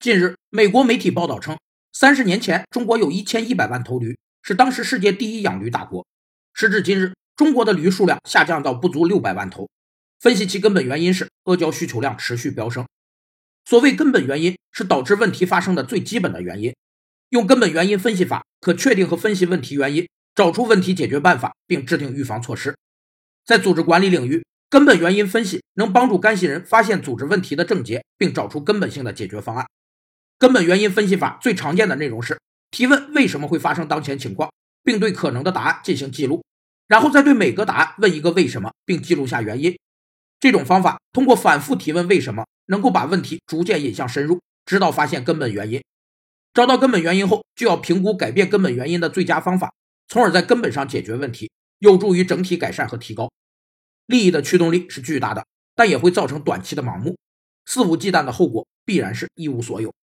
近日，美国媒体报道称，30年前中国有1100万头驴，是当时世界第一养驴大国。时至今日，中国的驴数量下降到不足600万头。分析其根本原因是阿胶需求量持续飙升。所谓根本原因，是导致问题发生的最基本的原因。用根本原因分析法，可确定和分析问题原因，找出问题解决办法，并制定预防措施。在组织管理领域，根本原因分析能帮助干系人发现组织问题的症结，并找出根本性的解决方案。根本原因分析法最常见的内容是提问为什么会发生当前情况，并对可能的答案进行记录，然后再对每个答案问一个为什么，并记录下原因。这种方法通过反复提问为什么，能够把问题逐渐引向深入，直到发现根本原因。找到根本原因后，就要评估改变根本原因的最佳方法，从而在根本上解决问题，有助于整体改善和提高。利益的驱动力是巨大的，但也会造成短期的盲目，肆无忌惮的后果必然是一无所有。